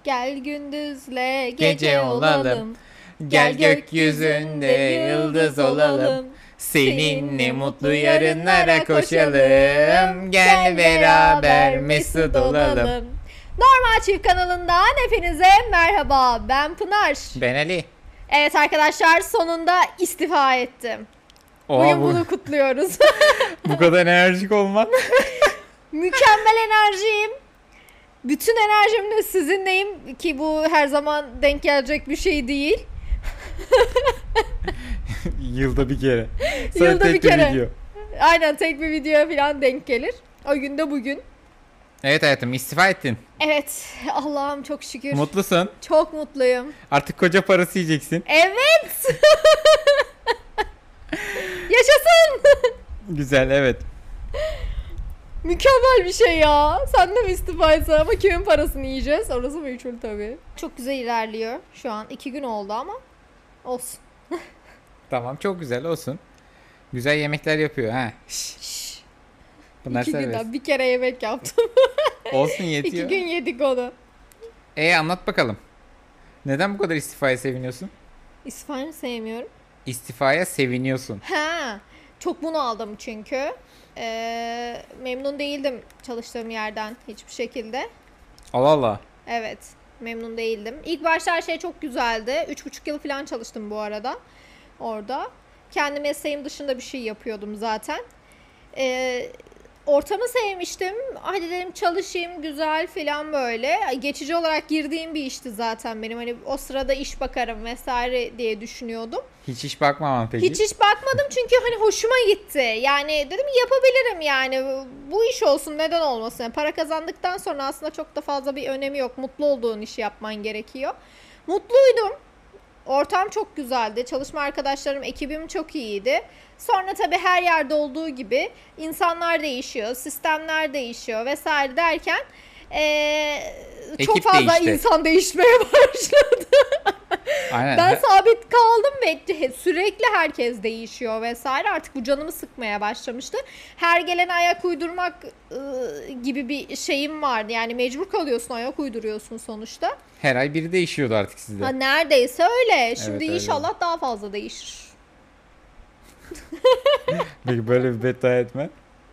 Gel gündüzle Gece gece olalım. olalım. Gel gökyüzünde yıldız olalım. Seninle mutlu yarınlara koşalım. Gel beraber mesut olalım. Normal Çift kanalından hepinize merhaba. Ben Pınar. Ben Ali. Evet arkadaşlar, sonunda istifa ettim. Oha, Bugün bunu kutluyoruz. bu kadar enerjik olman. Mükemmel enerjiyim. Bütün enerjimle sizinleyim ki bu her zaman denk gelecek bir şey değil. Yılda bir kere. Yılda tek bir kere. video. Aynen, tek bir videoya falan denk gelir. O gün de bugün. Evet hayatım, istifa ettin. Evet, Allah'ım çok şükür. Mutlusun. Çok mutluyum. Artık koca parası yiyeceksin. Evet. Yaşasın. Güzel, evet. Mükemmel bir şey ya. Sen de mi istifa etsen, ama kimin parasını yiyeceğiz? Orası meçhul tabii. Çok güzel ilerliyor şu an. 2 gün oldu ama olsun. Tamam, çok güzel olsun. Güzel yemekler yapıyor ha. Şşş. Bunlar 2 serbest. günden bir kere yemek yaptım. Olsun, 2 yetiyor. gün yedik onu. Anlat bakalım. Neden bu kadar istifaya seviniyorsun? İstifayı sevmiyorum. İstifaya seviniyorsun. Ha, çok bunaldım çünkü. Memnun değildim çalıştığım yerden hiçbir şekilde. Allah Allah. Evet, memnun değildim. İlk başta her şey çok güzeldi. 3,5 yıl falan çalıştım bu arada orada. Kendi mesleğim dışında bir şey yapıyordum zaten. Ortamı sevmiştim. Hadi dedim çalışayım güzel falan böyle. Geçici olarak girdiğim bir işti zaten benim. Hani o sırada iş bakarım vesaire diye düşünüyordum. Hiç iş bakmaman peki? Hiç bakmadım çünkü hani hoşuma gitti. Yani dedim yapabilirim yani. Bu iş olsun, neden olmasın. Yani para kazandıktan sonra aslında çok da fazla bir önemi yok. Mutlu olduğun işi yapman gerekiyor. Mutluydum. Ortam çok güzeldi. Çalışma arkadaşlarım, ekibim çok iyiydi. Sonra tabii her yerde olduğu gibi insanlar değişiyor, sistemler değişiyor vesaire derken çok Ekip fazla değişti. insan değişmeye başladı. Aynen. Ben sabit kaldım ve sürekli herkes değişiyor vesaire. Artık bu canımı sıkmaya başlamıştı. Her gelene ayak uydurmak gibi bir şeyim vardı. Yani mecbur kalıyorsun, ayak uyduruyorsun sonuçta. Her ay biri değişiyordu artık sizde. Ha, neredeyse öyle. Şimdi öyle. inşallah daha fazla değişir. Peki böyle bir beddua etme.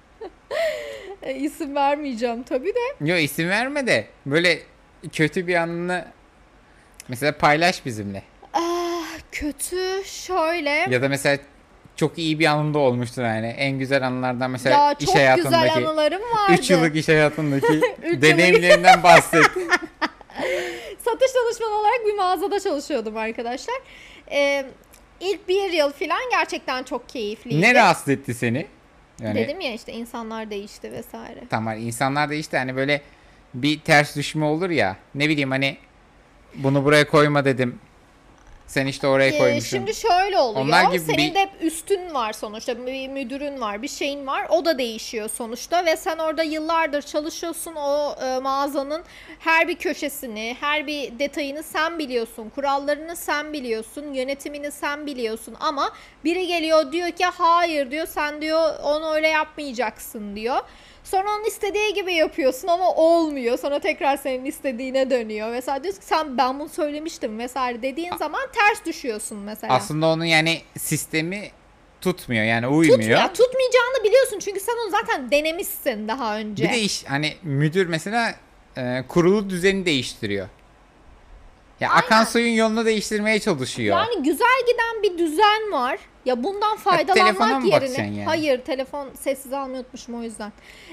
İsim vermeyeceğim tabii de. Yok, isim verme de böyle kötü bir anını mesela paylaş bizimle. Kötü şöyle. Ya da mesela çok iyi bir anında olmuştur yani. En güzel anılardan mesela Ya iş çok güzel hayatındaki anılarım vardı. 3 yıllık iş hayatındaki yıllık. deneyimlerinden bahset. Satış danışmanı olarak bir mağazada çalışıyordum arkadaşlar. İlk 1 yıl falan gerçekten çok keyifliydi. Ne rahatsız etti seni? Yani Dedim ya işte, insanlar değişti vesaire. tamam, insanlar da işte hani böyle bir ters düşme olur ya. Ne bileyim hani bunu buraya koyma dedim. Sen işte oraya koymuşsun. Şimdi şöyle oluyor. Onlar gibi Senin de üstün var sonuçta. Bir müdürün var, bir şeyin var. O da değişiyor sonuçta ve sen orada yıllardır çalışıyorsun. O mağazanın her bir köşesini, her bir detayını sen biliyorsun. Kurallarını sen biliyorsun. Yönetimini sen biliyorsun. Ama biri geliyor diyor ki hayır diyor, sen diyor onu öyle yapmayacaksın diyor. Sonra onun istediği gibi yapıyorsun ama olmuyor. Sonra tekrar senin istediğine dönüyor. Mesela diyorsun ki ben bunu söylemiştim vesaire dediğin zaman ters düşüyorsun mesela. Aslında onun yani sistemi tutmuyor yani, uymuyor. Tutmayacağını biliyorsun çünkü sen onu zaten denemişsin daha önce. Bir de iş hani müdür mesela kurulu düzeni değiştiriyor. Ya Aynen. akan suyun yolunu değiştirmeye çalışıyor. Yani güzel giden bir düzen var. Ya bundan telefona faydalanmak mı bakacaksın yerine. yani? Hayır, telefon sessiz almayı unutmuşum o yüzden.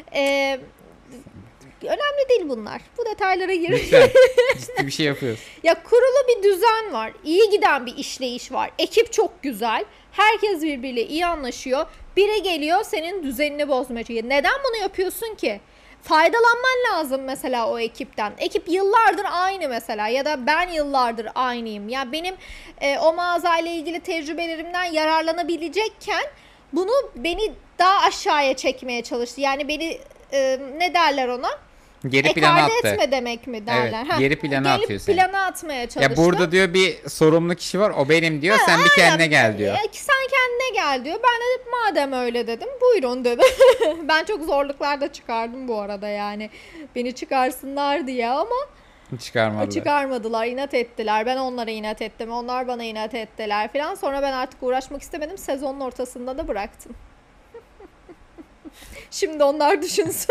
Önemli değil bunlar. Bu detaylara girmeyelim. Lütfen. Ciddi bir şey yapıyoruz. Ya kurulu bir düzen var. İyi giden bir işleyiş var. Ekip çok güzel. Herkes birbiriyle iyi anlaşıyor. Biri geliyor senin düzenini bozmaya çalışıyor. Neden bunu yapıyorsun ki? Faydalanman lazım mesela o ekipten. Ekip yıllardır aynı mesela, ya da ben yıllardır aynıyım. Ya benim o mağazayla ilgili tecrübelerimden yararlanabilecekken beni daha aşağıya çekmeye çalıştı. Yani beni ne derler ona? Geri plana Ekarte attı. etme demek mi derler? Evet, geri plana atıyor seni. plana atmaya çalıştı. Ya burada diyor bir sorumlu kişi var, o benim diyor, sen bir kendine gel diyor. Sen kendine gel diyor. Ben de madem öyle dedim, buyurun dedim. Ben çok zorluklar da çıkardım bu arada yani. Beni çıkarsınlar diye ama Çıkarmadılar. Çıkarmadılar, inat ettiler. Ben onlara inat ettim. Onlar bana inat ettiler falan. Sonra ben artık uğraşmak istemedim. Sezonun ortasında da bıraktım. Şimdi onlar düşünsün.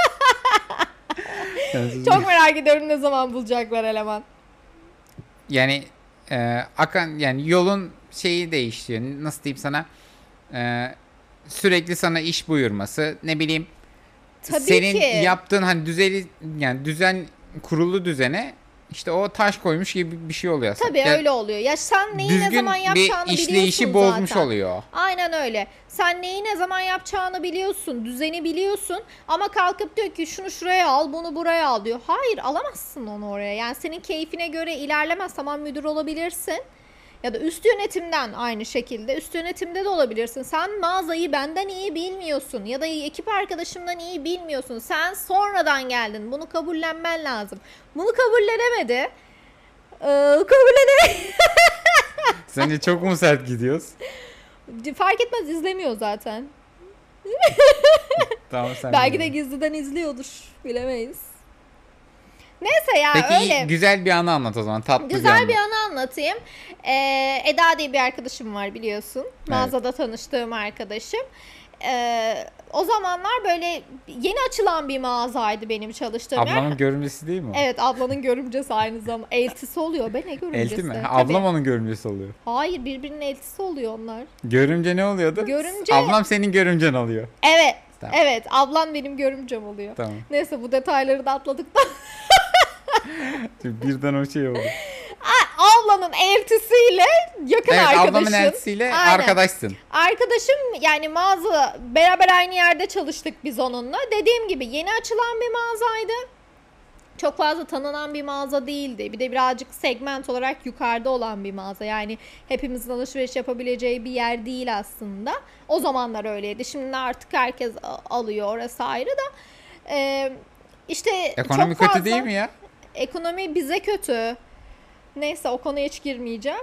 Çok merak ediyorum ne zaman bulacaklar eleman. Yani akan yani yolun şeyi değişiyor. Nasıl diyeyim sana? Sürekli sana iş buyurması, ne bileyim. Tabii senin ki. yaptığın hani yani düzen kurulu düzene işte o taş koymuş gibi bir şey oluyor aslında. Tabii Yani öyle oluyor. Ya sen neyi ne düzgün zaman yapacağını bir biliyorsun işleyişi bozmuş zaten. oluyor. Aynen öyle. Sen neyi ne zaman yapacağını biliyorsun, düzeni biliyorsun ama kalkıp diyor ki şunu şuraya al, bunu buraya al diyor. Hayır, alamazsın onu oraya. Yani senin keyfine göre ilerlemez. Tamam, müdür olabilirsin. Ya da üst yönetimden aynı şekilde. Üst yönetimde de olabilirsin. Sen mağazayı benden iyi bilmiyorsun. Ya da ekip arkadaşımdan iyi bilmiyorsun. Sen sonradan geldin. Bunu kabullenmen lazım. Bunu kabullenemedi. Kabullenemedi. Sence çok mu sert gidiyoruz? Fark etmez, izlemiyor zaten. Tamam, sen Belki de bilirsin. gizliden izliyordur. Bilemeyiz. Neyse ya, Peki öyle. güzel bir anı anlat o zaman. Tatlı Güzel bir anı. anı anlatayım. Eda diye bir arkadaşım var, biliyorsun. Mağazada tanıştığım arkadaşım. O zamanlar böyle yeni açılan bir mağazaydı benim çalıştığım yer. Ablamın görümcesi değil mi o? Evet, ablanın görümcesi aynı zamanda. Eltisi oluyor be, ne görümcesi? Elti mi? Tabii. Ablam onun görümcesi oluyor. Hayır, birbirinin eltisi oluyor onlar. Görümce ne oluyordu? Görümce- Ablam senin görümcen oluyor. Evet. Tamam. Evet, ablan benim görümcem oluyor. Tamam. Neyse, bu detayları da atladıktan Şimdi birden o şey oldu. ablanın eltisiyle yakın Evet, arkadaşım. ablamın eltisiyle Aynen. arkadaşsın. Arkadaşım, yani mağaza, beraber aynı yerde çalıştık biz onunla. Dediğim gibi yeni açılan bir mağazaydı. Çok fazla tanınan bir mağaza değildi. Bir de birazcık segment olarak yukarıda olan bir mağaza. Yani hepimizin alışveriş yapabileceği bir yer değil aslında. O zamanlar öyleydi. Şimdi artık herkes alıyor, orası ayrı da. İşte Ekonomi çok fazla, kötü değil mi ya? ekonomi bize kötü. Neyse, o konuya hiç girmeyeceğim.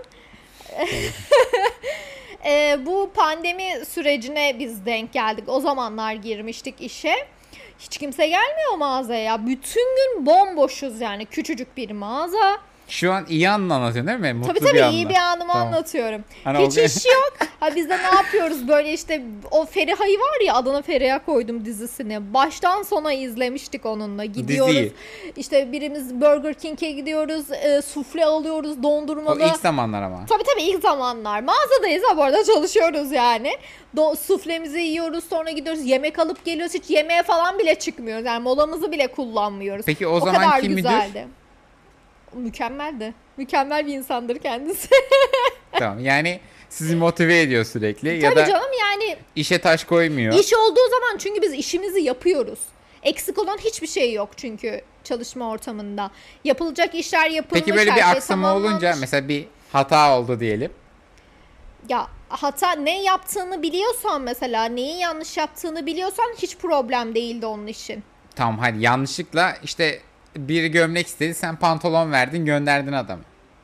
Bu pandemi sürecine biz denk geldik. O zamanlar girmiştik işe. Hiç kimse gelmiyor mağazaya. Bütün gün bomboşuz yani. Küçücük bir mağaza. Şu an iyi anını anlatıyorsun değil mi? Mutlu Tabii bir iyi anla. bir anımı Tamam. anlatıyorum. Hani Hiç o- iş yok. Ha, biz de ne yapıyoruz? Böyle işte o Feriha'yı var ya, adına Feriha koydum dizisini. Baştan sona izlemiştik onunla. Gidiyoruz. Diziyi. İşte birimiz Burger King'e gidiyoruz. Sufle alıyoruz, O dondurmalı. ilk zamanlar ama. Tabii ilk zamanlar. Mağazadayız ha, bu arada çalışıyoruz yani. Suflemizi yiyoruz, sonra gidiyoruz yemek alıp geliyoruz. Hiç yemeğe falan bile çıkmıyoruz. Yani molamızı bile kullanmıyoruz. Peki o O zaman kadar kim müdür? güzeldi. Mükemmeldi. Mükemmel bir insandır kendisi. Tamam, yani sizi motive ediyor sürekli ya Tabii da canım, yani işe taş koymuyor. iş olduğu zaman, çünkü biz işimizi yapıyoruz. Eksik olan hiçbir şey yok çünkü çalışma ortamında. Yapılacak işler yapılmış. Peki böyle her bir şey aksama olunca tamamlanmış. mesela bir hata oldu diyelim. Ya hata, ne yaptığını biliyorsan, mesela neyi yanlış yaptığını biliyorsan hiç problem değildi onun için. Tamam, hadi yanlışlıkla işte bir gömlek istedi, sen pantolon verdin, gönderdin adamı.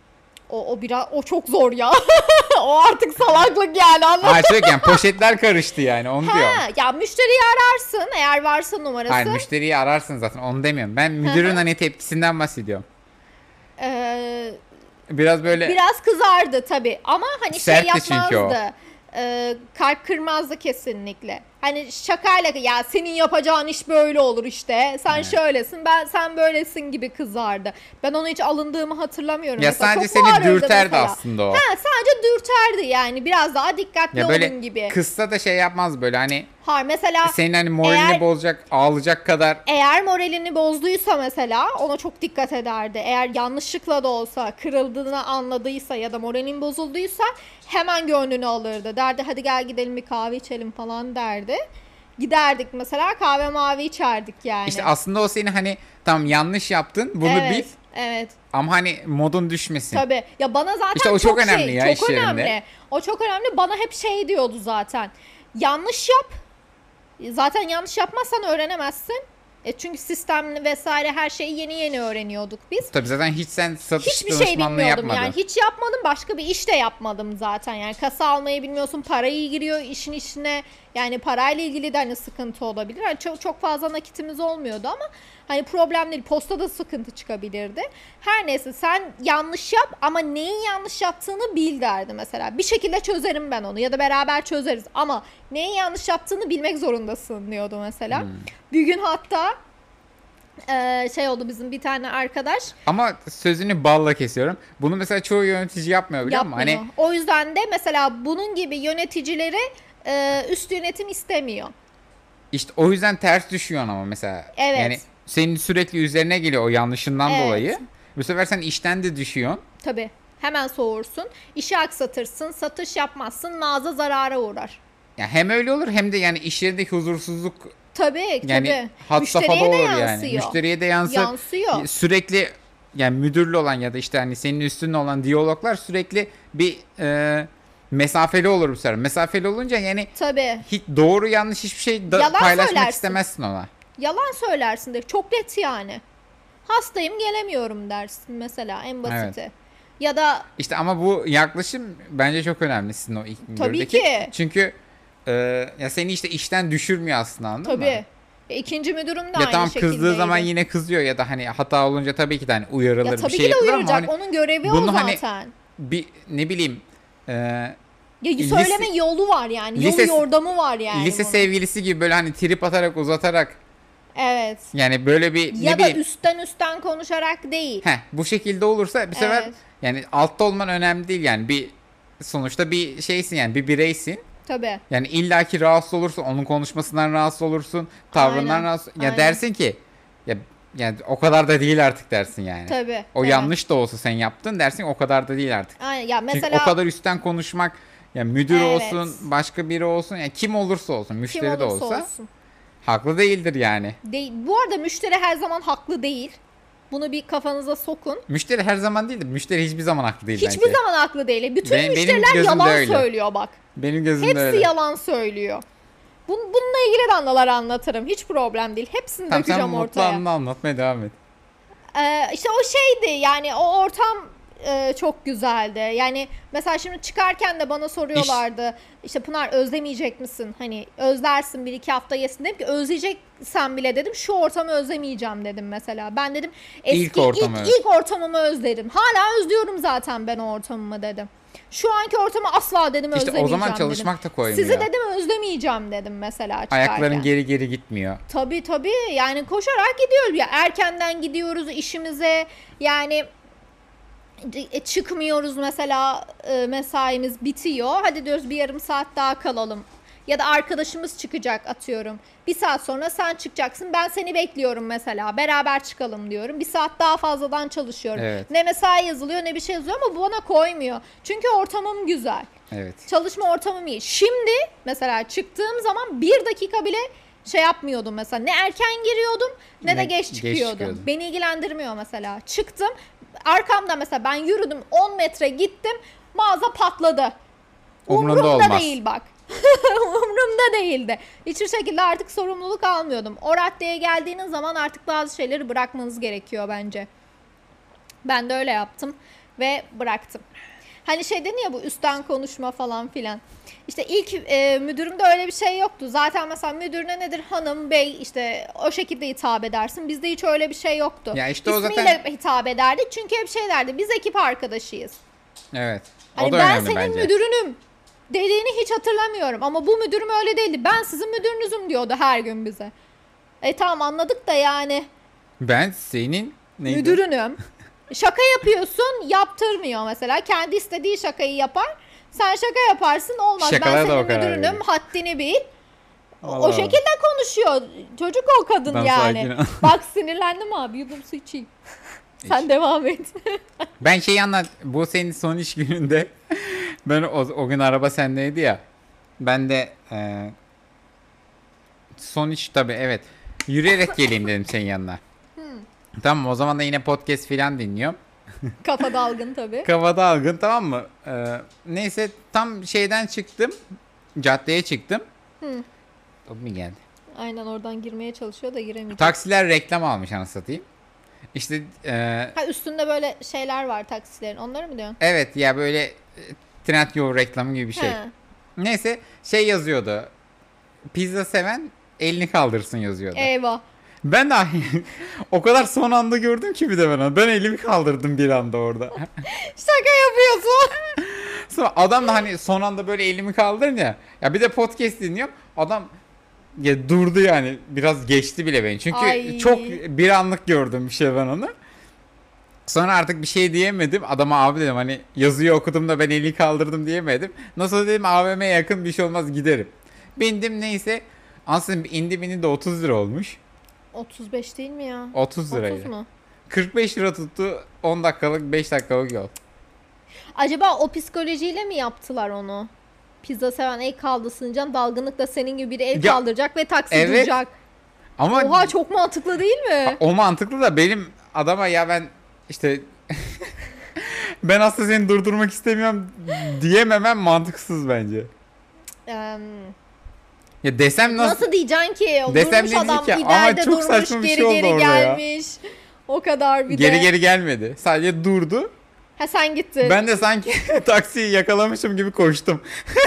O çok zor ya. O artık salaklık yani, anladın mı? Hayır, yani poşetler karıştı yani, onu diyorum. Ha, ya müşteriyi ararsın eğer varsa numarası. Hayır, müşteriyi ararsın zaten, onu demiyorum. Ben müdürün hani tepkisinden bahsediyorum. Ee, Biraz böyle Biraz kızardı tabii ama hani Sertti şey çünkü o. yapmazdı. Kalp kırmazdı kesinlikle. Hani şakayla, ya senin yapacağın iş böyle olur işte. Sen Evet. şöylesin, sen böylesin gibi kızardı. Ben ona hiç alındığımı hatırlamıyorum. ya Mesela sadece çok seni bağırırdı dürterdi mesela. aslında o. Ha, sadece dürterdi yani, biraz daha dikkatli Ya olun böyle gibi. kızsa da şey yapmaz böyle hani Hayır, mesela senin hani moralini eğer- bozacak, ağlayacak kadar. eğer moralini bozduysa mesela ona çok dikkat ederdi. Eğer yanlışlıkla da olsa kırıldığını anladıysa ya da moralin bozulduysa hemen gönlünü alırdı. Derdi hadi gel gidelim bir kahve içelim falan derdi. Giderdik mesela, kahve mavi içerdik yani. İşte aslında o seni hani tamam yanlış yaptın, bunu evet, bil Evet. ama hani modun düşmesin. Tabii. Ya bana zaten İşte o çok önemli ya çok iş yerinde. önemli. O çok önemli. Bana hep şey diyordu zaten. Yanlış yap. Zaten yanlış yapmazsan öğrenemezsin. Çünkü sistem vesaire her şeyi yeni öğreniyorduk biz. Tabii zaten hiç sen satış Hiçbir şey danışmanlığı bilmiyordum yapmadın. yani, hiç yapmadım, başka bir iş de yapmadım zaten yani. Kasa almayı bilmiyorsun, parayı giriyor işin içine, yani parayla ilgili de hani sıkıntı olabilir. Yani çok fazla nakitimiz olmuyordu ama Hani problem değil. Postada sıkıntı çıkabilirdi. Her neyse sen yanlış yap ama neyin yanlış yaptığını bil derdi mesela. Bir şekilde çözerim ben onu ya da beraber çözeriz ama neyin yanlış yaptığını bilmek zorundasın diyordu mesela. Bir gün hatta şey oldu, bizim bir tane arkadaş Ama sözünü balla kesiyorum. Bunu mesela çoğu yönetici yapmıyor biliyor musun? yapmıyor. Hani O yüzden de mesela bunun gibi yöneticileri üst yönetim istemiyor. işte o yüzden ters düşüyorsun ama mesela. Evet. Yani senin sürekli üzerine geliyor o yanlışından Evet. dolayı. Bu sefer sen işten de düşüyorsun. Tabii. Hemen soğursun. İşi aksatırsın. Satış yapmazsın. Mağaza zarara uğrar. Ya hem öyle olur hem de yani iş yerindeki huzursuzluk Tabii yani tabii. had Müşteriye safhada de olur yani. yansıyor. Müşteriye de Yansıyor. Sürekli yani müdürlü olan ya da işte hani senin üstünde olan diyaloglar sürekli bir mesafeli olur bu sefer. Mesafeli olunca yani Tabii. hiç doğru yanlış hiçbir şey Yalan paylaşmak söylersin. istemezsin ona. Yalan söylersin de çok net yani. Hastayım gelemiyorum dersin mesela, en basiti. Ya da İşte ama bu yaklaşım bence çok önemli sizin o ilk Tabii müdürdeki. ki. Çünkü ya seni işte işten düşürmüyor aslında, anladın mı? tabii. İkinci müdürüm de Ya aynı tamam şekildeydi. kızdığı zaman yine kızıyor ya da hani hata olunca tabii ki de hani uyarılır ya bir tabii şey ki de yapılır ama uyaracak. hani Onun görevi o bunu hani zaten. bir ne bileyim Ya söyleme yolu var yani. lise- Yolu yordamı var yani. lise bunun. sevgilisi gibi böyle hani trip atarak uzatarak Evet. yani böyle bir Ya ne da bileyim üstten konuşarak değil. bu şekilde olursa bir sefer Evet. yani altta olman önemli değil yani bir sonuçta bir şeysin yani bir bireysin. Tabii. Yani illaki rahatsız olursun, onun konuşmasından rahatsız olursun, tavrından Aynen, rahatsız. Ya aynen. dersin ki ya yani o kadar da değil artık dersin yani. Tabii. O evet. yanlış da olsa sen yaptın dersin o kadar da değil artık. Aynen. Ya Çünkü mesela o kadar üstten konuşmak ya müdür Evet. olsun, başka biri olsun, yani kim olursa olsun, kim müşteri de olursa olsa olsun. haklı değildir yani. Bu arada müşteri her zaman haklı değil. Bunu bir kafanıza sokun. Müşteri her zaman değildir. Müşteri hiçbir zaman haklı değil Hiçbir bence. zaman haklı değil. Bütün Benim müşteriler gözümde yalan öyle. söylüyor bak. Benim gözümde Hepsi öyle. yalan söylüyor. Bununla ilgili de anılar anlatırım. Hiç problem değil. Hepsini Tamam sen dökeceğim mutlu ortaya. anını anlatmaya devam et. İşte o şeydi yani, o ortam çok güzeldi. Yani mesela şimdi çıkarken de bana soruyorlardı. İşte Pınar özlemeyecek misin? Hani özlersin, 1-2 hafta yesin. Dedim ki özleyeceksen bile dedim şu ortamı özlemeyeceğim dedim mesela. Ben dedim İlk ortamı ilk ortamımı özledim. Hala özlüyorum zaten ben o ortamımı dedim. Şu anki ortamı asla dedim İşte özlemeyeceğim o zaman dedim. çalışmak da koymuyor. Sizi dedim özlemeyeceğim dedim mesela çıkarken. Ayakların geri gitmiyor. Tabii yani koşarak gidiyoruz ya, erkenden gidiyoruz işimize yani, çıkmıyoruz mesela, mesaimiz bitiyor, hadi diyoruz bir yarım saat daha kalalım ya da arkadaşımız çıkacak atıyorum, bir saat sonra sen çıkacaksın, ben seni bekliyorum mesela, beraber çıkalım diyorum, bir saat daha fazladan çalışıyorum. Evet. Ne mesai yazılıyor ne bir şey yazıyor ama bu bana koymuyor çünkü ortamım güzel. Evet. Çalışma ortamım iyi. Şimdi mesela çıktığım zaman 1 dakika bile şey yapmıyordum mesela. Ne erken giriyordum ne de Ne geç geç çıkıyordum. çıkıyordun. Beni ilgilendirmiyor mesela. Çıktım. Arkamda mesela ben yürüdüm 10 metre gittim. Mağaza patladı. Umrunda Umrumda olmaz. değil bak. Umrumda değildi. Hiçbir şekilde artık sorumluluk almıyordum. O raddeye geldiğiniz zaman artık bazı şeyleri bırakmanız gerekiyor bence. Ben de öyle yaptım ve bıraktım. Hani şey dedin ya, bu üstten konuşma falan filan. İşte ilk müdürümde öyle bir şey yoktu. Zaten mesela müdürüne nedir, hanım, bey, işte o şekilde hitap edersin. Bizde hiç öyle bir şey yoktu. Ya işte o İsmiyle zaten- hitap ederdik çünkü hep şey derdi, biz ekip arkadaşıyız. Evet. Hani o da ben önemli senin bence. müdürünüm dediğini hiç hatırlamıyorum ama bu müdürüm öyle değildi. Ben sizin müdürünüzüm diyordu her gün bize. Tamam anladık da yani Ben senin neydi? müdürünüm. Şaka yapıyorsun, yaptırmıyor mesela. Kendi istediği şakayı yapar. Sen şaka yaparsın, olmaz. Şakalara Ben da senin o karar müdürünüm, veriyor. haddini bil. O Allah. şekilde konuşuyor. Çocuk o kadın Ben yani. sakin ol. Bak sinirlendim abi, yudum su içeyim. Sen devam et. Ben şeyi anlat. Bu senin son iş gününde ben o gün araba sendeydi ya. Ben de son iş tabii evet. Yürüyerek geleyim dedim senin yanına. Tamam o zaman da yine podcast filan dinliyorum. Kafa dalgın tabii. Kafada algın tamam mı? Neyse tam şeyden çıktım. Caddeye çıktım. O mu geldi? Aynen, oradan girmeye çalışıyor da giremeyecek. Taksiler reklam almış anasını satayım. İşte Ha, üstünde böyle şeyler var taksilerin. Onları mı diyorsun? evet ya böyle Trendyol reklamı gibi bir şey. Ha. Neyse şey yazıyordu. Pizza seven elini kaldırsın yazıyordu. Eyvah. Ben de o kadar son anda gördüm ki bir de ben onu. Ben elimi kaldırdım bir anda orada. Şaka yapıyorsun. Sonra adam da hani son anda böyle elimi kaldırınca ya bir de podcast dinliyorum. Adam ya durdu yani. Biraz geçti bile beni. Çünkü Ay. çok bir anlık gördüm bir şey ben onu. Sonra artık bir şey diyemedim. Adama abi dedim hani yazıyı okudum da ben eli kaldırdım diyemedim. Nasıl dedim AVM'ye yakın bir şey olmaz giderim. Bindim neyse. Aslında indi de 30 lira olmuş. 35 değil mi ya? 30 liraydı. 30 mu? 45 lira tuttu 10 dakikalık 5 dakikalık yol. Acaba o psikolojiyle mi yaptılar onu? Pizza seven el kaldırsınca dalgınlıkla senin gibi biri el Ya, kaldıracak ve taksi evet. duracak. Ama Oha çok mantıklı değil mi? o mantıklı da benim adama ya ben işte ben aslında seni durdurmak istemiyorum diyememem mantıksız bence. Eee, Ya desem nasıl diyeceksin ki? O Desem durmuş ne adam diyecek ki? Ama ileride çok durmuş saçma bir geri şey oldu geri orada ya. gelmiş. O kadar bir geri de. geri gelmedi. Sadece durdu. Ha sen gittin. Ben de sanki taksiyi yakalamışım gibi koştum.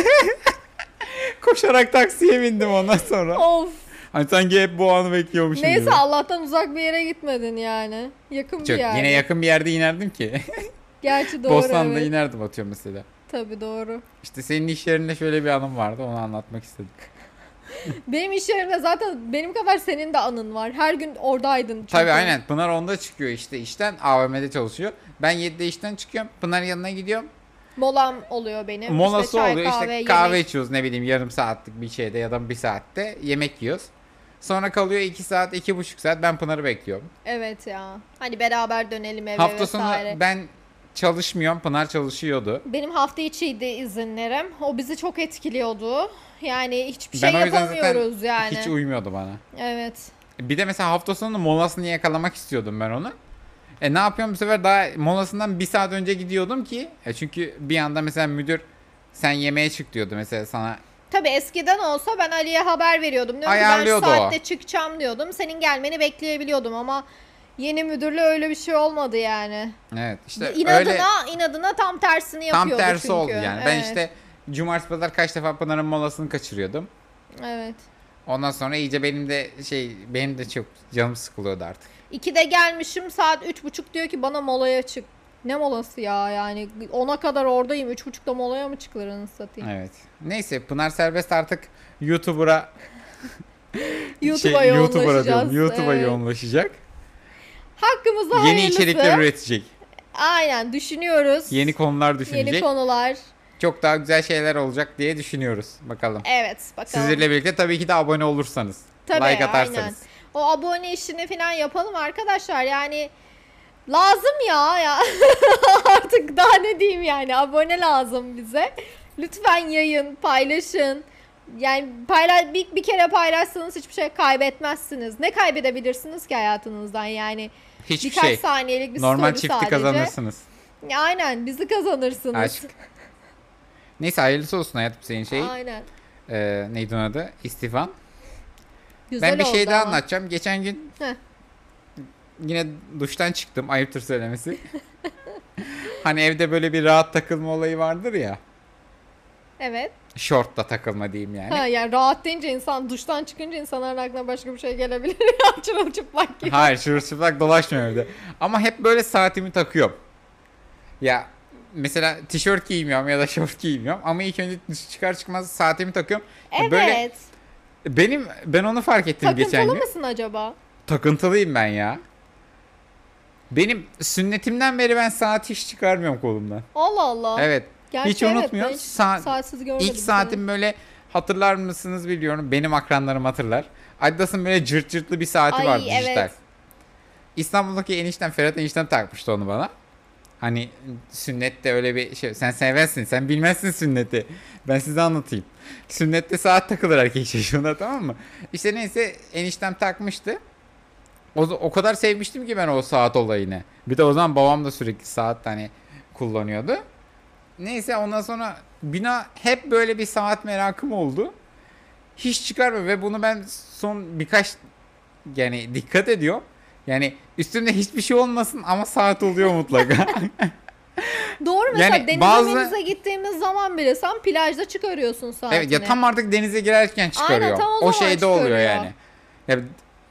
Koşarak taksiye bindim ondan sonra. Of. Hani sanki hep bu anı bekliyormuşum Neyse gibi. Allah'tan uzak bir yere gitmedin yani. Yakın bir Çok, yer. yine yakın bir yerde inerdim ki. Gerçi doğru Bostan'da evet. inerdim atıyorum mesela. Tabii doğru. İşte senin iş yerinde şöyle bir anım vardı onu anlatmak istedim. Benim iş yerimde zaten benim kadar senin de anın var. Her gün oradaydın çünkü. Tabii aynen Pınar onda çıkıyor işte işten AVM'de çalışıyor. Ben 7'de işten çıkıyorum Pınar'ın yanına gidiyorum. Molam oluyor benim. Molası İşte çay, oluyor işte kahve, kahve yemek. içiyoruz ne bileyim yarım saatlik bir şeyde ya da bir saatte yemek yiyoruz. Sonra kalıyor 2 saat 2,5 saat ben Pınar'ı bekliyorum. Evet ya. Hani beraber dönelim eve Hafta sonu vesaire. ben çalışmıyorum Pınar çalışıyordu. Benim hafta içiydi izinlerim. O bizi çok etkiliyordu. Yani hiçbir Ben şey o yüzden zaten yapamıyoruz yani. hiç uymuyordu bana. Evet. Bir de mesela hafta sonu molasını yakalamak istiyordum ben onu. Ne yapıyorum bu sefer daha molasından 1 saat önce gidiyordum ki. Çünkü bir anda mesela müdür sen yemeğe çık diyordu mesela sana. Tabii eskiden olsa ben Ali'ye haber veriyordum. Diyordum ki ben şu Ayarlıyordu o. saatte çıkacağım diyordum. Senin gelmeni bekleyebiliyordum ama yeni müdürle öyle bir şey olmadı yani. Evet işte öyle İnadına tam tersini tam yapıyordu tersi çünkü. oldu yani. Ben Evet. işte cumartesi pazar kaç defa Pınar'ın molasını kaçırıyordum. Evet. Ondan sonra iyice benim de çok canım sıkılıyordu artık. 2'de gelmişim saat 3.30 diyor ki bana molaya çık. Ne molası ya yani 10'a kadar oradayım 3.30'da molaya mı çıkılır anasını satayım. Evet. Neyse Pınar serbest artık YouTuber'a YouTube'a YouTuber'a yoğunlaşacağız. diyorum. YouTube'a Evet. yoğunlaşacak. Hakkımızda Yeni hayırlısı. içerikler üretecek. Aynen düşünüyoruz. Yeni konular düşünecek. Yeni konular. Çok daha güzel şeyler olacak diye düşünüyoruz. Bakalım. Evet bakalım. Sizlerle birlikte tabii ki de abone olursanız. Tabii, like atarsanız. aynen. O abone işini falan yapalım arkadaşlar yani lazım ya. Artık daha ne diyeyim yani abone lazım bize. Lütfen yayın paylaşın. Yani bir kere paylaşsanız hiçbir şey kaybetmezsiniz. Ne kaybedebilirsiniz ki hayatınızdan yani Hiçbir birkaç şey. saniyelik bir Normal story çifti sadece. kazanırsınız. Aynen bizi kazanırsınız. Aşk. Neyse hayırlısı olsun hayatım senin şey. Aynen. Neydi onun adı? İstifan. Güzel Ben bir şey oldu daha ama. anlatacağım. Geçen gün Heh. yine duştan çıktım. Ayıptır söylemesi. Hani evde böyle bir rahat takılma olayı vardır ya. Evet. Şortla takılma diyeyim yani. Ha yani rahat deyince insan duştan çıkınca insanların aklına başka bir şey gelebilir ya çırılçıplak gibi. Hayır çırılçıplak dolaşmıyorum evde. Ama hep böyle saatimi takıyorum. Ya mesela tişört giymiyorum ya da şort giymiyorum. Ama ilk önce çıkar çıkmaz saatimi takıyorum. Ya Evet. Böyle ben onu fark ettim geçen Takıntılı gün. mısın acaba? Takıntılıyım ben ya. Benim sünnetimden beri ben saat hiç çıkarmıyorum kolumdan. Allah Allah. Evet. Gerçi hiç evet, unutmuyorum. ben hiç saatsiz görmedim. İlk saatim böyle hatırlar mısınız bilmiyorum. Benim akranlarım hatırlar. Adidas'ın böyle cırt cırtlı bir saati Ay, vardı evet. dijital. İstanbul'daki eniştem Ferhat eniştem takmıştı onu bana. Hani sünnette öyle bir şey. Sen sevmezsin. Sen bilmezsin sünneti. Ben size anlatayım. Sünnette saat takılır erkek çocuğuna tamam mı? İşte neyse eniştem takmıştı. O kadar sevmiştim ki ben o saat olayını. Bir de o zaman babam da sürekli saat hani kullanıyordu. Neyse ondan sonra bina hep böyle bir saat merakım oldu. Hiç çıkarmıyor ve bunu ben son birkaç yani dikkat ediyorum. Yani üstümde hiçbir şey olmasın ama saat oluyor mutlaka. Doğru mesela Yani denize gittiğimiz zaman bile sen plajda çıkarıyorsun saatini. Evet ya tam artık denize girerken çıkarıyor. Aynen, tam o o zaman şeyde oluyor çıkarıyor. yani. Ya,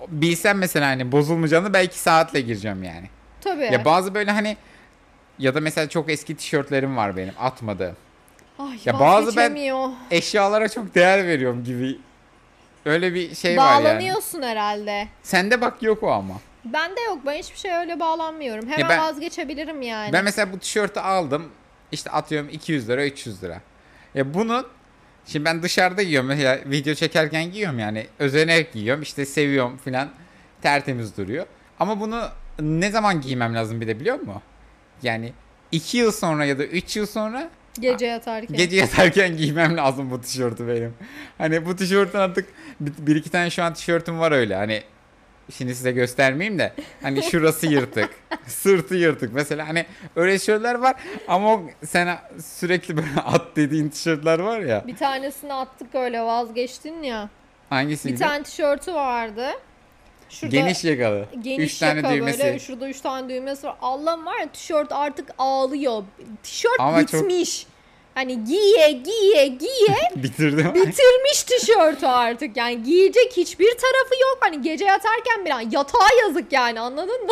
bilsem mesela hani bozulmayacağını belki saatle gireceğim yani. Tabii. Ya bazı böyle hani ya da mesela çok eski tişörtlerim var benim atmadığım. Ay, Ya bazı ben vazgeçemiyor. eşyalara çok değer veriyorum gibi. Öyle bir şey var yani. Bağlanıyorsun herhalde. Sende bak yok o ama. Bende yok. Ben hiçbir şey öyle bağlanmıyorum. Hemen ben- vazgeçebilirim yani. Ben mesela bu tişörtü aldım. İşte atıyorum 200 lira 300 lira. Ya bunun şimdi ben dışarıda giyiyorum. Mesela video çekerken giyiyorum yani. Özenerek giyiyorum. İşte seviyorum filan. Tertemiz duruyor. Ama bunu ne zaman giymem lazım bir de biliyor musun? Yani 2 yıl sonra ya da 3 yıl sonra Gece yatarken. gece yatarken giymem lazım bu tişörtü benim. Hani bu tişörtün artık bir iki tane şu an tişörtüm var öyle. Hani şimdi size göstermeyeyim de hani şurası yırtık, sırtı yırtık. Mesela hani öyle tişörtler var ama o sen sürekli böyle at dediğin tişörtler var ya. Bir tanesini attık öyle vazgeçtin ya. Hangisiydi? Bir tane tişörtü vardı. Şurada Geniş yakalı. geniş 3 tane yaka düğmesi. böyle. Şurada 3 tane düğmesi var. Allah'ım var ya tişört artık ağlıyor. Tişört Ama çok- bitmiş. Hani giye giye giye Bitirdim. bitirmiş tişörtü artık. Yani giyecek hiçbir tarafı yok. Hani gece yatarken bile yatağa yazık yani, anladın mı?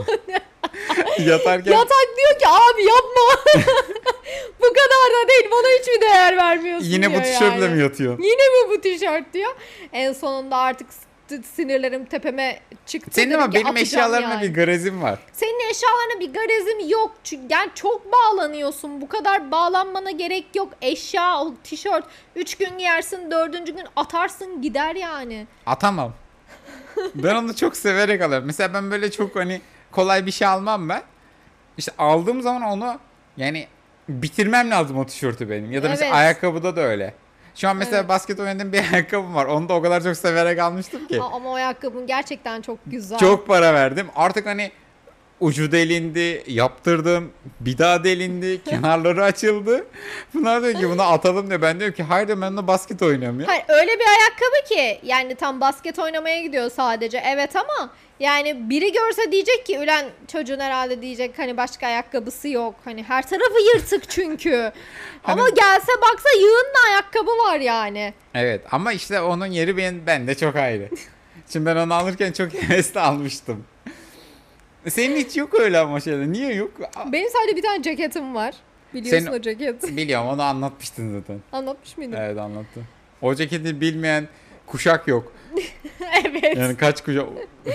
Yatarken Yatak diyor ki abi yapma. Bu kadar da değil. Bana hiç mi değer vermiyorsun yine bu diyor tişörtle yani. mi yatıyorsun? Yine mi bu tişört diyor. En sonunda artık sinirlerim tepeme çıktı. Senin Dedim ama ki benim atacağım eşyalarına yani. bir garezim var. Senin eşyalarına bir garezim yok. Çünkü yani çok bağlanıyorsun. Bu kadar bağlanmana gerek yok. Eşya, o tişört 3 gün giyersin, 4. gün atarsın gider yani. Atamam. Ben onu çok severek alıyorum. Mesela ben böyle çok hani kolay bir şey almam ben. İşte aldığım zaman onu yani bitirmem lazım o tişörtü benim. Ya da mesela Evet. ayakkabıda da öyle. Şu an mesela Evet. basket oynadığım bir ayakkabım var. Onu da o kadar çok severek almıştım ki. Ama o ayakkabın gerçekten çok güzel. Çok para verdim. Artık hani ucu delindi, yaptırdım, bir daha delindi, kenarları açıldı. Bunlar diyor ki bunu atalım diyor. Ben diyorum ki hayır ben onunla basket oynuyorum ya. Hayır, öyle bir ayakkabı ki yani tam basket oynamaya gidiyor sadece. Evet ama yani biri görse diyecek ki ulan çocuğun herhalde diyecek hani başka ayakkabısı yok. Hani her tarafı yırtık çünkü. Ama Hani- gelse baksa yığınla ayakkabı var yani. Evet ama işte onun yeri bende çok ayrı. Şimdi ben onu alırken çok hevesli almıştım. Senin hiç yok öyle ama şeyler. Niye yok? Benim sadece bir tane ceketim var. Biliyorsun Senin- o ceket. Biliyorum onu anlatmıştın zaten. Anlatmış mıydım? Evet anlattın. O ceketi bilmeyen kuşak yok. Evet. Yani kaç kuşak.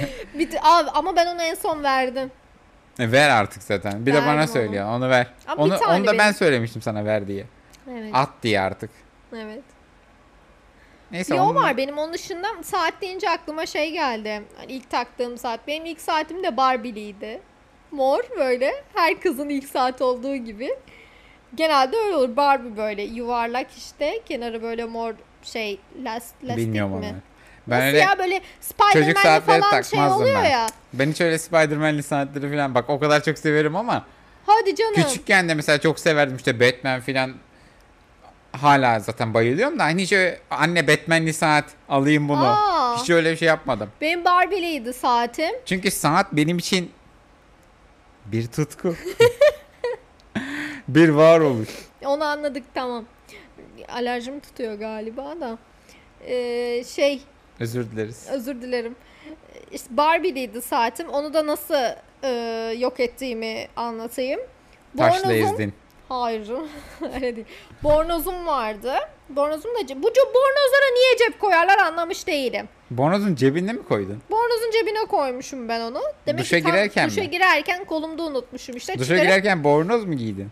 Ama ben onu en son verdim. Ver artık zaten. Bir de Verdim bana onu. söyle onu ver. Ama bir Onu tane da ben benim. söylemiştim sana ver diye. Evet. At diye artık. Evet. Neyse Bir o onun- var benim, onun dışında saat deyince aklıma şey geldi. Hani ilk taktığım saat. Benim ilk saatim de Barbie'liydi. Mor böyle. Her kızın ilk saat olduğu gibi. Genelde öyle olur. Barbie böyle yuvarlak işte. Kenarı böyle mor şey lastik Bilmiyorum mi? onu. Ben Nasıl öyle ya böyle çocuk Spider-Man'li saatleri falan şey takmazdım oluyor ben. ya. Ben hiç öyle Spider-Man'li saatleri falan bak o kadar çok severim ama Hadi canım. küçükken de mesela çok severdim işte Batman falan. Hala zaten bayılıyorum da hani hiç öyle anne Batman'li saat alayım bunu. Aa. Hiç öyle bir şey yapmadım. Benim Barbie'liydi saatim. Çünkü saat benim için bir tutku. Bir varoluş. Onu anladık, tamam. Alerjim tutuyor galiba da. Şey, Özür dileriz. özür dilerim. İşte Barbie'liydi saatim. Onu da nasıl yok ettiğimi anlatayım. Taşla ezdin. Hayır. Öyle değil. Bornozum vardı. Bornozum da bu bornozlara niye cep koyarlar anlamış değilim. Bornozun cebinde mi koydun? Bornozun cebine koymuşum ben onu. Demek Duşa ki tam girerken duşa mi? girerken kolumda unutmuşum işte. Duşa Çıkarıp- girerken bornoz mu giydin?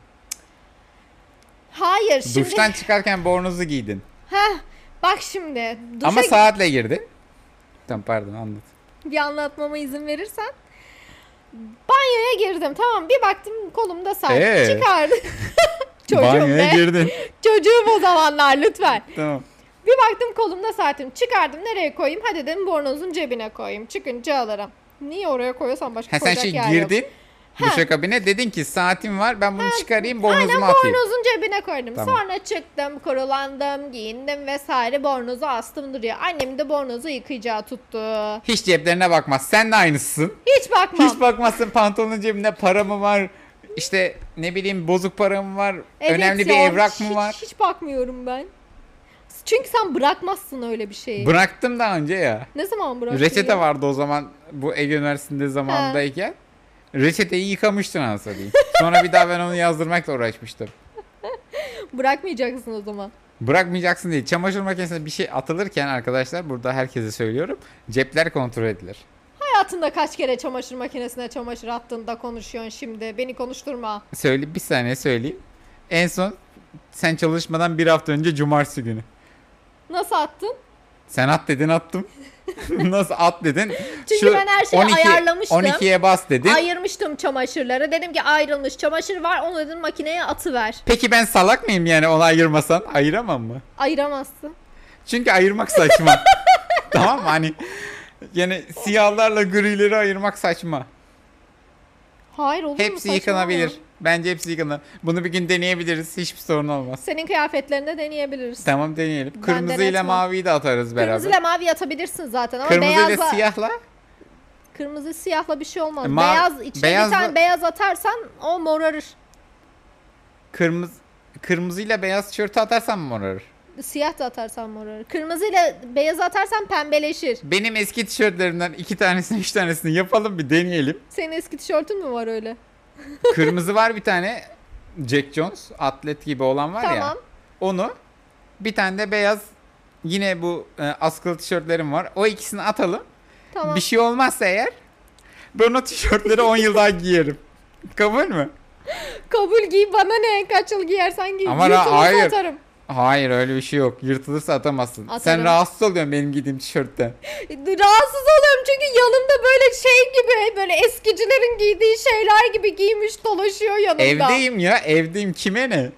Hayır şimdi. Duştan çıkarken bornozu giydin. Heh, bak şimdi. Duşa Ama saatle girdin. Tamam pardon anlat. bir anlatmama izin verirsen. Banyoya girdim, tamam, bir baktım kolumda saat. Çıkardım. Çocuğum Banyoya be. girdin. Çocuğum o zamanlar lütfen. Tamam. Bir baktım kolumda saatim. Çıkardım, nereye koyayım? Hadi dedim bornozun cebine koyayım. Çıkınca alırım. Niye oraya koyuyorsam başka Ha sen koyacak şey yer yok. girdin duşakabine dedin ki saatim var ben bunu çıkarayım bornozumu Aynen atayım. bornozun cebine koydum. Tamam. Sonra çıktım, kurulandım, giyindim vesaire, bornozu astım duruyor. Annem de bornozu yıkayacağı tuttu. Hiç ceplerine bakmaz. Sen de aynısın. Hiç bakmam. Hiç bakmazsın pantolonun cebinde para mı var? İşte ne bileyim bozuk para mı var? Evet Önemli bir ya, evrak mı var? Hiç bakmıyorum ben. Çünkü sen bırakmazsın öyle bir şeyi. Bıraktım daha önce ya. Ne zaman bıraktın? Reçete ya? vardı o zaman bu Ege Üniversitesi'nde zamanındayken. Reçeteyi yıkamıştın anasını diyeyim. Sonra bir daha ben onu yazdırmakla uğraşmıştım. Bırakmayacaksın o zaman. Bırakmayacaksın değil. Çamaşır makinesine bir şey atılırken arkadaşlar burada herkese söylüyorum. Cepler kontrol edilir. Hayatında kaç kere çamaşır makinesine çamaşır attığında konuşuyorsun şimdi. Beni konuşturma. Söyle bir saniye söyleyeyim. En son sen çalışmadan bir hafta önce cumartesi günü. Nasıl attın? Sen at dedin attım. Nasıl at dedin? Çünkü ben her şeyi ayarlamıştım. 12'ye bas dedin. Ayırmıştım çamaşırları. Dedim ki ayrılmış çamaşır var. Onu dedim makineye atıver. Peki ben salak mıyım yani onu ayırmasan? Ayıramam mı? Ayıramazsın. Çünkü ayırmak saçma. Tamam mı? Hani yani siyahlarla grileri ayırmak saçma. Hayır olur mu? Hepsi Saçma yıkanabilir. mı? Bence hepsi yıkanır. Bunu bir gün deneyebiliriz. Hiçbir sorun olmaz. Senin kıyafetlerinde deneyebiliriz. Tamam deneyelim. Ben Kırmızı ile denetmem. maviyi de atarız beraber. Kırmızıyla mavi atabilirsin zaten ama Kırmızı ile beyazla... siyahla. Kırmızı siyahla bir şey olmaz. Ma- Beyaz içine beyazla- bir tane beyaz atarsan o morarır. Kırmızıyla beyaz tişörtü atarsan mı morarır? Siyah da atarsan morarır. Kırmızıyla beyaz atarsan pembeleşir. Benim eski tişörtlerimden 2 tanesini 3 tanesini yapalım bir deneyelim. Senin eski tişörtün mü var öyle? Kırmızı var bir tane. Jack Jones atlet gibi olan var ya. Tamam. Onu bir tane de beyaz yine bu askılı tişörtlerim var. O ikisini atalım. Tamam. Bir şey olmazsa eğer ben o tişörtleri 10 yıl daha giyerim. Kabul mü? Kabul giy bana ne? Kaç yıl giyersen giy. Ama Yırtılırsa hayır. atarım. Hayır öyle bir şey yok. Yırtılırsa atamazsın. Atarım. Sen rahatsız oluyorsun benim giydiğim tişörtten. Rahatsız oluyorum çünkü yanımda böyle şey gibi böyle eskicilerin giydiği şeyler gibi giymiş dolaşıyor yanımda. Evdeyim ya evdeyim kime ne?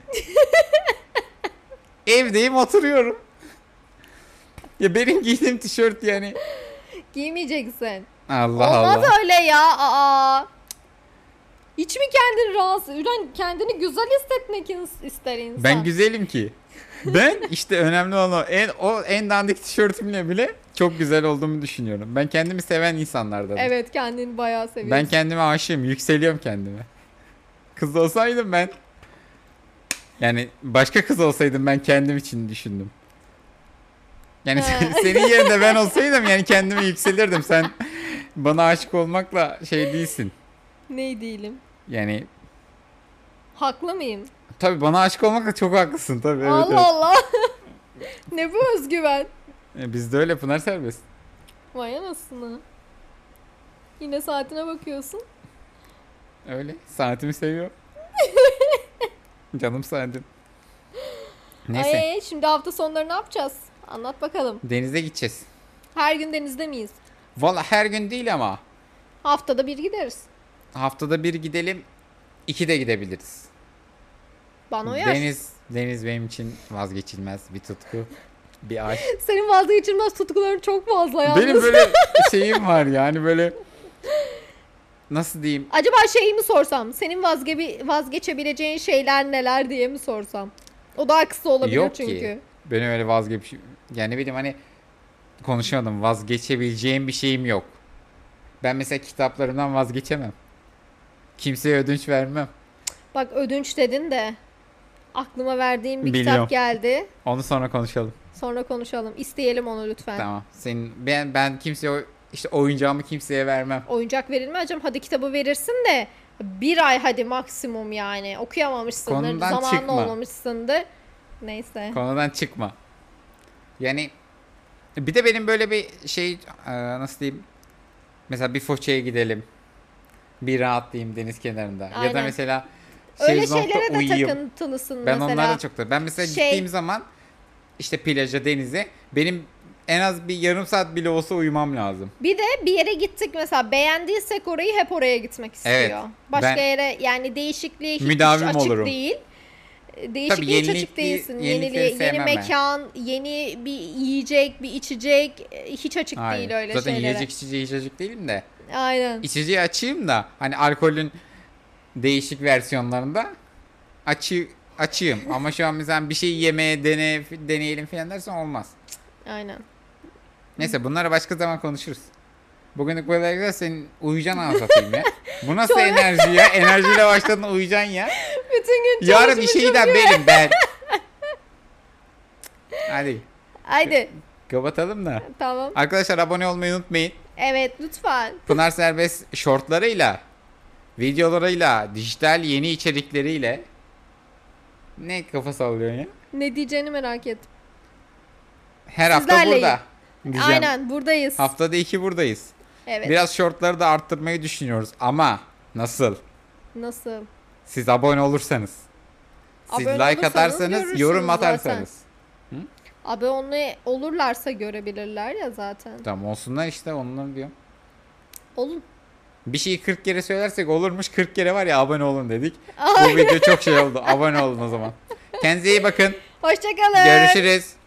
Evdeyim oturuyorum. Ya benim giydiğim tişört yani. Giymeyeceksin. Allah Olmaz Allah. öyle ya. Aa. Hiç mi kendini rahatsız? Ulan kendini güzel hissetmek ister insan. Ben güzelim ki. Ben işte önemli olan o en dandik tişörtümle bile çok güzel olduğumu düşünüyorum. Ben kendimi seven insanlardanım. Evet kendini bayağı seviyorsun. Ben kendime aşığım, yükseliyorum kendime. Kız olsaydım ben yani başka kız olsaydım ben kendim için düşündüm. Yani senin yerinde ben olsaydım yani kendime yükselirdim. Sen bana aşık olmakla şey değilsin. Ney değilim? Yani Haklı mıyım? tabii bana aşık olmakla çok haklısın tabii. Evet, Allah evet. Allah. Ne bu özgüven? Bizde öyle Pınar serbest. Vay anasını. Yine saatine bakıyorsun. Öyle. Saatimi seviyor. Canım saatim. Neyse. Ay, şimdi hafta sonları ne yapacağız? Anlat bakalım. Denize gideceğiz. Her gün denizde miyiz? Valla her gün değil ama. Haftada bir gideriz. Haftada bir gidelim. 2 de gidebiliriz. Bana uyar. Deniz benim için vazgeçilmez bir tutku. Bir aşk. Senin vazgeçilmez tutkuların çok fazla yalnız. Benim böyle şeyim var yani böyle nasıl diyeyim? Acaba şeyi mi sorsam? Senin vazgeçebileceğin şeyler neler diye mi sorsam? O daha kısa olabilir Yok çünkü. ki. Benim öyle yani ne bileyim hani konuşamadım. Vazgeçebileceğim bir şeyim yok. Ben mesela kitaplarımdan vazgeçemem. Kimseye ödünç vermem. Bak ödünç dedin de aklıma verdiğim bir Biliyorum. kitap geldi. Onu sonra konuşalım. Sonra konuşalım. İsteyelim onu lütfen. Tamam. Ben kimseye işte oyuncağımı kimseye vermem. Oyuncak verilmez canım. Hadi kitabı verirsin de bir ay hadi maksimum yani. Okuyamamışsındır. Konudan Zamanlı çıkma. olmamışsındır. Neyse. Konudan çıkma. Yani bir de benim böyle bir şey nasıl diyeyim? Mesela bir Foça'ya gidelim. Bir rahatlayayım deniz kenarında. Ya da Aynen. mesela Öyle şezlongda şeylere de uyuyayım. takıntılısın Ben mesela. onlara da çok da. Ben mesela gittiğim zaman işte plaja, denize benim en az bir yarım saat bile olsa uyumam lazım. Bir de bir yere gittik mesela beğendiysek orayı hep oraya gitmek istiyor. Evet, Başka ben yere yani değişikliğe hiç müdavim açık olurum. değil. Değişikliğe hiç açık değilsin. yenilikleri Yeni sevmem ben. mekan, yeni bir yiyecek, bir içecek hiç açık Hayır. değil öyle Zaten şeylere. yiyecek içeceği hiç açık değilim de. Aynen. İçeceği açayım da hani alkolün değişik versiyonlarında açığım. Ama şu an mesela bir şey yemeye deneyelim falan dersen olmaz. Aynen. Neyse bunları başka zaman konuşuruz. Bugünlük böyle güzel senin uyuyacaksın anlatayım ya. Bu nasıl enerji ya? Enerjiyle başladın uyuyacaksın ya. Bütün gün Yarın bir çalışmışım şeyi de gibi. benim ben. Hadi. Haydi. Kapatalım da. Tamam. Arkadaşlar abone olmayı unutmayın. Evet lütfen. Pınar Serbest shortlarıyla, videolarıyla, dijital yeni içerikleriyle ne kafa sallıyorsun ya? Ne diyeceğini merak ettim. Her hafta Sizlerleyim. burada. Diyeceğim. Aynen buradayız. Haftada 2 buradayız. Evet. Biraz shortları da arttırmayı düşünüyoruz ama nasıl? Nasıl? Siz abone olursanız. Siz Abone like olursanız atarsanız, görürsünüz yorum zaten. atarsanız. Abone olurlarsa görebilirler ya zaten. Tamam olsunlar işte onları diyorum. Olur. Bir şeyi 40 kere söylersek olurmuş 40 kere var ya abone olun dedik. Bu video çok şey oldu. Abone olun o zaman. Kendinize iyi bakın. Hoşçakalın. Görüşürüz.